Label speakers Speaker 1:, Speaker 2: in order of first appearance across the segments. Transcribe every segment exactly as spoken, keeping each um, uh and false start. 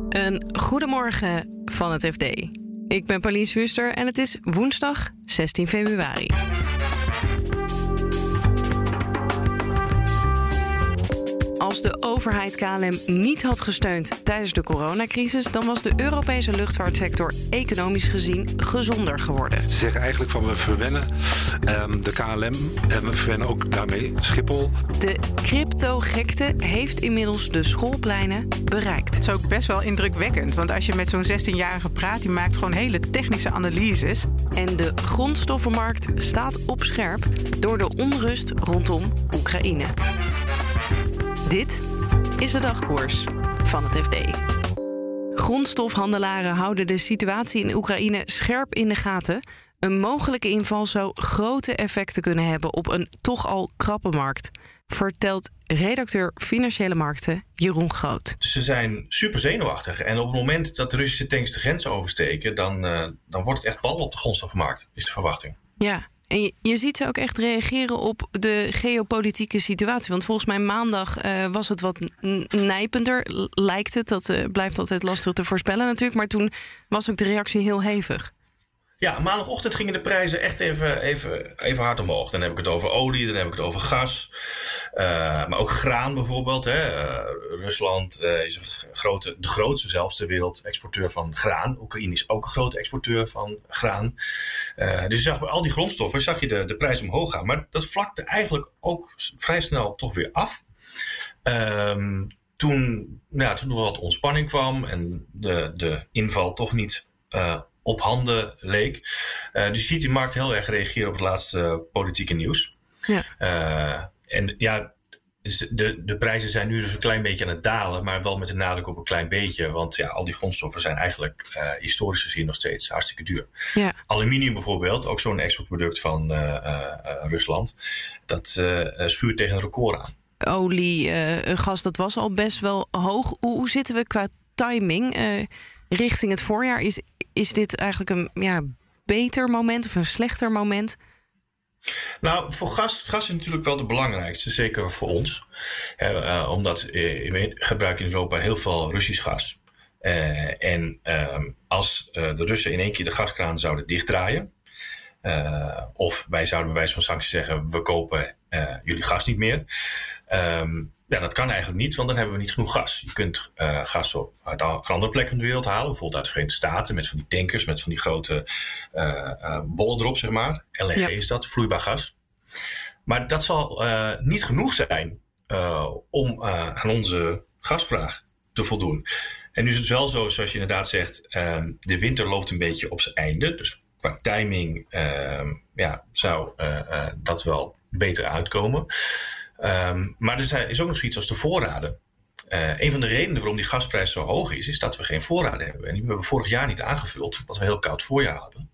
Speaker 1: Een goedemorgen van het F D. Ik ben Pauline Swuster en het is woensdag zestien februari. Als de overheid K L M niet had gesteund tijdens de coronacrisis, dan was de Europese luchtvaartsector economisch gezien gezonder geworden.
Speaker 2: Ze zeggen eigenlijk van we verwennen um, de K L M en we verwennen ook daarmee Schiphol.
Speaker 1: De crypto-gekte heeft inmiddels de schoolpleinen bereikt.
Speaker 3: Het is ook best wel indrukwekkend, want als je met zo'n zestienjarige praat, die maakt gewoon hele technische analyses.
Speaker 1: En de grondstoffenmarkt staat op scherp door de onrust rondom Oekraïne. Dit is de dagkoers van het F D. Grondstofhandelaren houden de situatie in Oekraïne scherp in de gaten. Een mogelijke inval zou grote effecten kunnen hebben op een toch al krappe markt, vertelt redacteur Financiële Markten Jeroen Groot.
Speaker 4: Ze zijn super zenuwachtig en op het moment dat de Russische tanks de grens oversteken, dan, uh, dan wordt het echt bal op de grondstoffenmarkt, is de verwachting.
Speaker 1: Ja. En je, je ziet ze ook echt reageren op de geopolitieke situatie. Want volgens mij maandag uh, was het wat nijpender, lijkt het. Dat uh, blijft altijd lastig te voorspellen natuurlijk. Maar toen was ook de reactie heel hevig.
Speaker 4: Ja, maandagochtend gingen de prijzen echt even, even, even hard omhoog. Dan heb ik het over olie, dan heb ik het over gas. Uh, maar ook graan bijvoorbeeld. Hè. Uh, Rusland uh, is een grote, de grootste zelfs ter wereld exporteur van graan. Oekraïne is ook een grote exporteur van graan. Uh, dus je zag bij al die grondstoffen zag je de, de prijs omhoog gaan. Maar dat vlakte eigenlijk ook vrij snel toch weer af. Um, toen, nou ja, toen er wat ontspanning kwam en de, de inval toch niet Uh, op handen leek. Uh, dus je ziet die markt heel erg reageren op het laatste uh, politieke nieuws. Ja. Uh, en ja, de, de prijzen zijn nu dus een klein beetje aan het dalen, maar wel met de nadruk op een klein beetje. Want ja, al die grondstoffen zijn eigenlijk uh, historisch gezien nog steeds hartstikke duur. Ja. Aluminium bijvoorbeeld, ook zo'n exportproduct van uh, uh, Rusland, dat uh, schuurt tegen een record aan.
Speaker 1: Olie, uh, gas, dat was al best wel hoog. Hoe, hoe zitten we qua timing uh, richting het voorjaar? Is Is dit eigenlijk een ja, beter moment of een slechter moment?
Speaker 4: Nou, voor gas, gas is natuurlijk wel de belangrijkste, zeker voor ons. Uh, uh, omdat uh, we gebruiken in Europa heel veel Russisch gas. Uh, en uh, als uh, de Russen in één keer de gaskraan zouden dichtdraaien, Uh, of wij zouden bij wijze van sanctie zeggen, we kopen uh, jullie gas niet meer. Um, ja, dat kan eigenlijk niet, want dan hebben we niet genoeg gas. Je kunt uh, gas op, uit andere plekken van de wereld halen. Bijvoorbeeld uit de Verenigde Staten met van die tankers, met van die grote uh, uh, bollen erop, zeg maar. L N G ja. Is dat, vloeibaar gas. Maar dat zal uh, niet genoeg zijn uh, om uh, aan onze gasvraag te voldoen. En nu is het wel zo, zoals je inderdaad zegt, uh, de winter loopt een beetje op zijn einde. Dus qua timing uh, ja, zou uh, uh, dat wel beter uitkomen. Um, maar er is ook nog zoiets als de voorraden. Uh, een van de redenen waarom die gasprijs zo hoog is, is dat we geen voorraden hebben. En die hebben we vorig jaar niet aangevuld, omdat we een heel koud voorjaar hadden.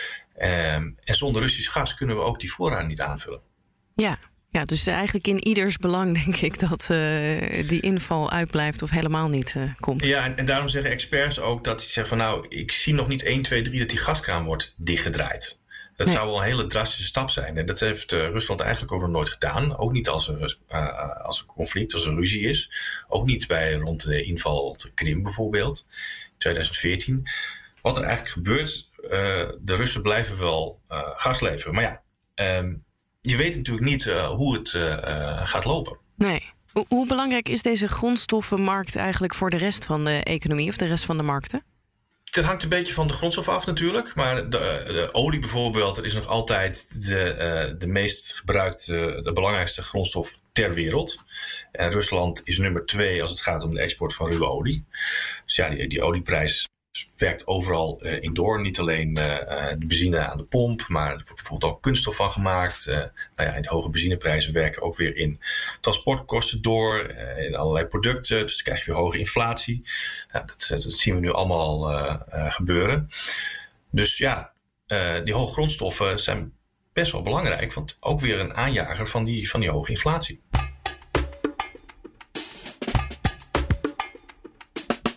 Speaker 4: Um, en zonder Russisch gas kunnen we ook die voorraden niet aanvullen.
Speaker 1: Ja, ja, dus eigenlijk in ieders belang denk ik dat uh, die inval uitblijft of helemaal niet uh, komt.
Speaker 4: Ja, en, en daarom zeggen experts ook dat die zeggen van nou, ik zie nog niet één, twee, drie dat die gaskraan wordt dichtgedraaid. Dat nee. zou wel een hele drastische stap zijn. En dat heeft uh, Rusland eigenlijk ook nog nooit gedaan. Ook niet als er uh, als een conflict, als er een ruzie is. Ook niet bij rond de inval op de Krim bijvoorbeeld, in twintig veertien. Wat er eigenlijk gebeurt, uh, de Russen blijven wel uh, gas leveren. Maar ja, um, je weet natuurlijk niet uh, hoe het uh, gaat lopen.
Speaker 1: Nee. Hoe, hoe belangrijk is deze grondstoffenmarkt eigenlijk voor de rest van de economie of de rest van de markten?
Speaker 4: Het hangt een beetje van de grondstof af natuurlijk. Maar de, de olie bijvoorbeeld, dat is nog altijd de, uh, de meest gebruikte, de belangrijkste grondstof ter wereld. En Rusland is nummer twee als het gaat om de export van ruwe olie. Dus ja, die, die olieprijs werkt overal uh, in door. Niet alleen uh, de benzine aan de pomp, maar er wordt bijvoorbeeld ook kunststof van gemaakt. Uh, nou ja, en de hoge benzineprijzen werken ook weer in transportkosten door, uh, in allerlei producten. Dus dan krijg je weer hoge inflatie. Nou, dat, dat zien we nu allemaal uh, uh, gebeuren. Dus ja, uh, die hoge grondstoffen zijn best wel belangrijk, want ook weer een aanjager van die, van die hoge inflatie.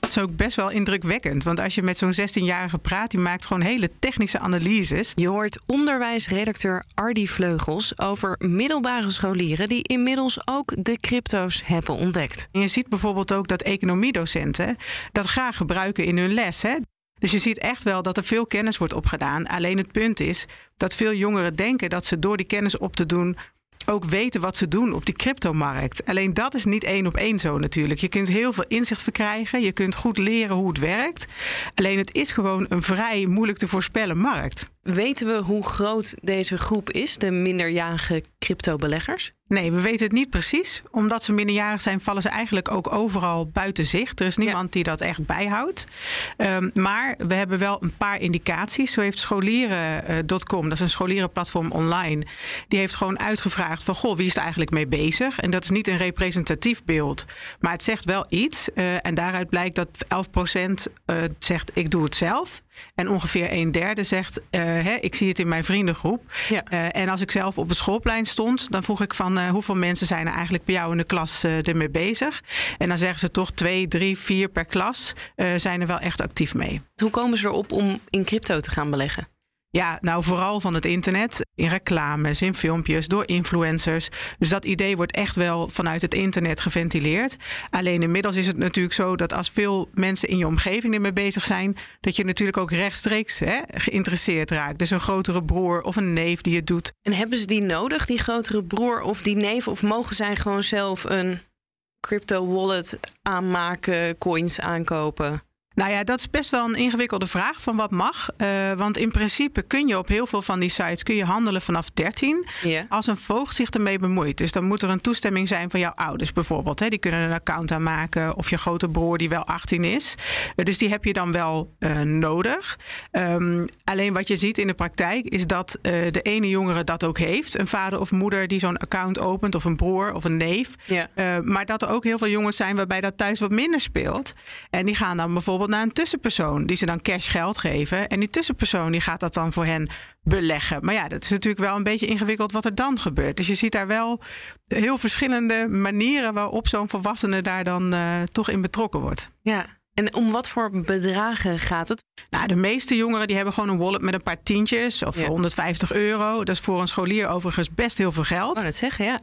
Speaker 3: Dat is ook best wel indrukwekkend. Want als je met zo'n zestienjarige praat, die maakt gewoon hele technische analyses.
Speaker 1: Je hoort onderwijsredacteur Ardy Vleugels over middelbare scholieren die inmiddels ook de crypto's hebben ontdekt.
Speaker 3: En je ziet bijvoorbeeld ook dat economiedocenten dat graag gebruiken in hun les. Hè? Dus je ziet echt wel dat er veel kennis wordt opgedaan. Alleen het punt is dat veel jongeren denken dat ze door die kennis op te doen ook weten wat ze doen op die cryptomarkt. Alleen dat is niet één op één zo natuurlijk. Je kunt heel veel inzicht verkrijgen. Je kunt goed leren hoe het werkt. Alleen het is gewoon een vrij moeilijk te voorspellen markt.
Speaker 1: Weten we hoe groot deze groep is, de minderjarige cryptobeleggers?
Speaker 3: Nee, we weten het niet precies. Omdat ze minderjarig zijn, vallen ze eigenlijk ook overal buiten zicht. Er is niemand ja. die dat echt bijhoudt. Um, maar we hebben wel een paar indicaties. Zo heeft scholieren punt com, dat is een scholierenplatform online, die heeft gewoon uitgevraagd van, goh, wie is er eigenlijk mee bezig? En dat is niet een representatief beeld, maar het zegt wel iets. Uh, en daaruit blijkt dat elf procent uh, zegt, ik doe het zelf. En ongeveer een derde zegt, uh, hè, ik zie het in mijn vriendengroep. Ja. Uh, en als ik zelf op het schoolplein stond, dan vroeg ik van uh, hoeveel mensen zijn er eigenlijk bij jou in de klas uh, ermee bezig? En dan zeggen ze toch twee, drie, vier per klas uh, zijn er wel echt actief mee.
Speaker 1: Hoe komen ze erop om in crypto te gaan beleggen?
Speaker 3: Ja, nou vooral van het internet, in reclames, in filmpjes, door influencers. Dus dat idee wordt echt wel vanuit het internet geventileerd. Alleen inmiddels is het natuurlijk zo dat als veel mensen in je omgeving ermee bezig zijn, dat je natuurlijk ook rechtstreeks hè, geïnteresseerd raakt. Dus een grotere broer of een neef die het doet.
Speaker 1: En hebben ze die nodig, die grotere broer of die neef? Of mogen zij gewoon zelf een crypto wallet aanmaken, coins aankopen?
Speaker 3: Nou ja, dat is best wel een ingewikkelde vraag van wat mag. Uh, want in principe kun je op heel veel van die sites kun je handelen vanaf dertien. Yeah. Als een voogd zich ermee bemoeit. Dus dan moet er een toestemming zijn van jouw ouders bijvoorbeeld. Hè. Die kunnen een account aanmaken. Of je grote broer die wel achttien is. Uh, dus die heb je dan wel uh, nodig. Um, alleen wat je ziet in de praktijk is dat uh, de ene jongere dat ook heeft. Een vader of moeder die zo'n account opent. Of een broer of een neef. Yeah. Uh, maar dat er ook heel veel jongens zijn waarbij dat thuis wat minder speelt. En die gaan dan bijvoorbeeld naar een tussenpersoon die ze dan cash geld geven. En die tussenpersoon die gaat dat dan voor hen beleggen. Maar ja, dat is natuurlijk wel een beetje ingewikkeld wat er dan gebeurt. Dus je ziet daar wel heel verschillende manieren waarop zo'n volwassene daar dan uh, toch in betrokken wordt.
Speaker 1: Ja. En om wat voor bedragen gaat het?
Speaker 3: Nou, de meeste jongeren die hebben gewoon een wallet met een paar tientjes of ja. honderdvijftig euro. Dat is voor een scholier overigens best heel veel geld.
Speaker 1: Oh, dat zeggen, ja.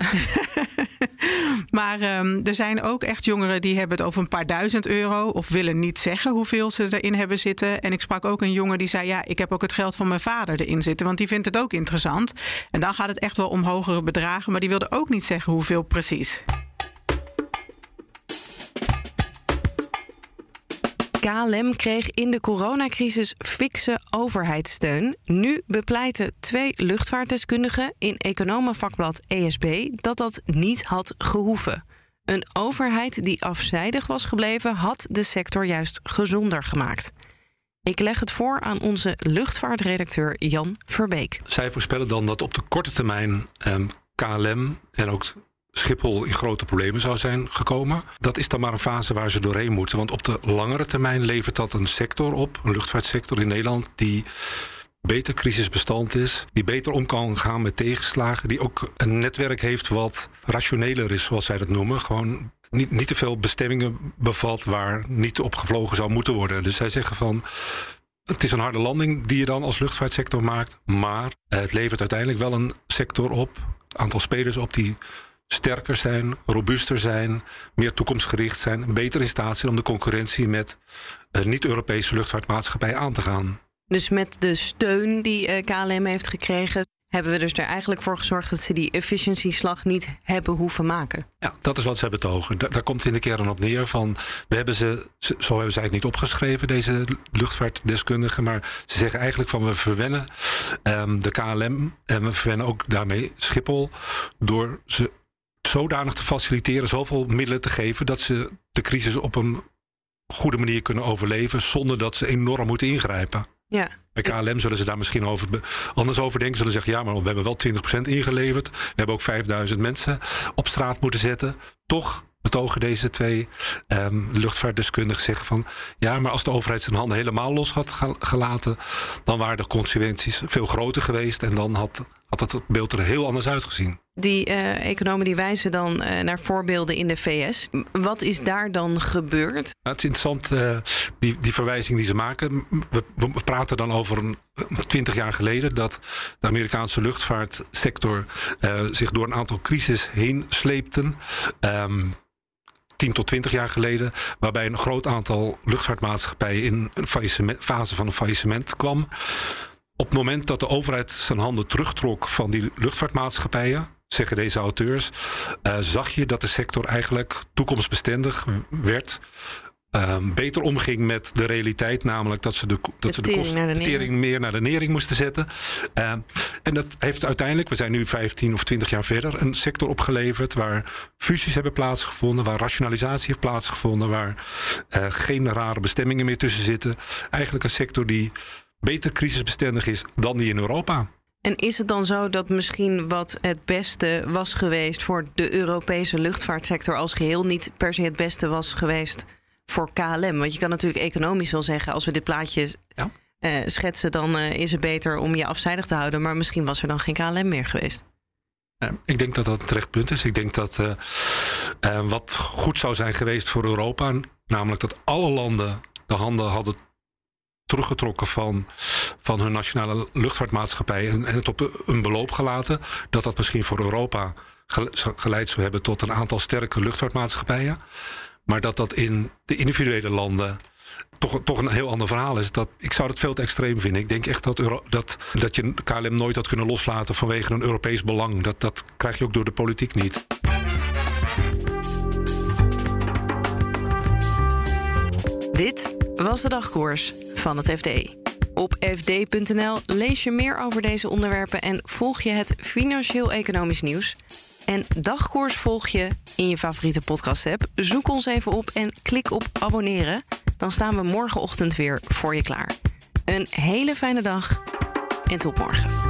Speaker 3: Maar um, er zijn ook echt jongeren die hebben het over een paar duizend euro of willen niet zeggen hoeveel ze erin hebben zitten. En ik sprak ook een jongen die zei, ja, ik heb ook het geld van mijn vader erin zitten, want die vindt het ook interessant. En dan gaat het echt wel om hogere bedragen, maar die wilde ook niet zeggen hoeveel precies.
Speaker 1: K L M kreeg in de coronacrisis fikse overheidssteun. Nu bepleiten twee luchtvaartdeskundigen in economenvakblad E S B dat dat niet had gehoeven. Een overheid die afzijdig was gebleven had de sector juist gezonder gemaakt. Ik leg het voor aan onze luchtvaartredacteur Jan Verbeek.
Speaker 2: Zij voorspellen dan dat op de korte termijn um, K L M en ook Schiphol in grote problemen zou zijn gekomen. Dat is dan maar een fase waar ze doorheen moeten. Want op de langere termijn levert dat een sector op, een luchtvaartsector in Nederland, die beter crisisbestand is, die beter om kan gaan met tegenslagen, die ook een netwerk heeft wat rationeler is, zoals zij dat noemen. Gewoon niet, niet te veel bestemmingen bevat waar niet op gevlogen zou moeten worden. Dus zij zeggen van, het is een harde landing die je dan als luchtvaartsector maakt, maar het levert uiteindelijk wel een sector op, een aantal spelers op die sterker zijn, robuuster zijn, meer toekomstgericht zijn, beter in staat zijn om de concurrentie met uh, niet-Europese luchtvaartmaatschappijen aan te gaan.
Speaker 1: Dus met de steun die uh, K L M heeft gekregen, hebben we dus er eigenlijk voor gezorgd dat ze die efficiëntieslag niet hebben hoeven maken.
Speaker 2: Ja, dat is wat ze betogen. Da- daar komt het in de kern op neer van, we hebben ze, zo hebben ze eigenlijk niet opgeschreven, deze luchtvaartdeskundigen, maar ze zeggen eigenlijk van, we verwennen um, de K L M en we verwennen ook daarmee Schiphol door ze zodanig te faciliteren, zoveel middelen te geven, dat ze de crisis op een goede manier kunnen overleven, zonder dat ze enorm moeten ingrijpen.
Speaker 1: Ja.
Speaker 2: Bij K L M zullen ze daar misschien over, anders over denken. Zullen zeggen, ja, maar we hebben wel twintig procent ingeleverd. We hebben ook vijfduizend mensen op straat moeten zetten. Toch betogen deze twee um, luchtvaartdeskundigen zeggen van, ja, maar als de overheid zijn handen helemaal los had gelaten, dan waren de consequenties veel groter geweest en dan had had het beeld er heel anders uitgezien.
Speaker 1: Die uh, economen die wijzen dan uh, naar voorbeelden in de V S. Wat is daar dan gebeurd?
Speaker 2: Nou, het is interessant, uh, die, die verwijzing die ze maken. We, we praten dan over een twintig jaar geleden dat de Amerikaanse luchtvaartsector uh, zich door een aantal crises heen sleepten. Um, tien tot twintig jaar geleden, waarbij een groot aantal luchtvaartmaatschappijen in een fase van een faillissement kwam. Op het moment dat de overheid zijn handen terugtrok van die luchtvaartmaatschappijen, zeggen deze auteurs, uh, zag je dat de sector eigenlijk toekomstbestendig werd. Uh, beter omging met de realiteit, namelijk dat ze de, dat ze de kostering meer naar de nering moesten zetten. Uh, en dat heeft uiteindelijk, we zijn nu vijftien of twintig jaar verder, een sector opgeleverd waar fusies hebben plaatsgevonden, waar rationalisatie heeft plaatsgevonden, waar uh, geen rare bestemmingen meer tussen zitten. Eigenlijk een sector die beter crisisbestendig is dan die in Europa.
Speaker 1: En is het dan zo dat misschien wat het beste was geweest voor de Europese luchtvaartsector als geheel niet per se het beste was geweest voor K L M? Want je kan natuurlijk economisch wel zeggen, als we dit plaatje ja. uh, schetsen, dan uh, is het beter om je afzijdig te houden. Maar misschien was er dan geen K L M meer geweest.
Speaker 2: Ja, ik denk dat dat een terecht punt is. Ik denk dat uh, uh, wat goed zou zijn geweest voor Europa, namelijk dat alle landen de handen hadden teruggetrokken van, van hun nationale luchtvaartmaatschappij en, en het op een beloop gelaten, dat dat misschien voor Europa geleid zou hebben tot een aantal sterke luchtvaartmaatschappijen. Maar dat dat in de individuele landen toch, toch een heel ander verhaal is. Dat, ik zou dat veel te extreem vinden. Ik denk echt dat, Euro, dat, dat je K L M nooit had kunnen loslaten vanwege een Europees belang. Dat, dat krijg je ook door de politiek niet.
Speaker 1: Dit was de dagkoers van het F D. Op f d punt n l lees je meer over deze onderwerpen en volg je het financieel-economisch nieuws. En dagkoers volg je in je favoriete podcast-app. Zoek ons even op en klik op abonneren. Dan staan we morgenochtend weer voor je klaar. Een hele fijne dag en tot morgen.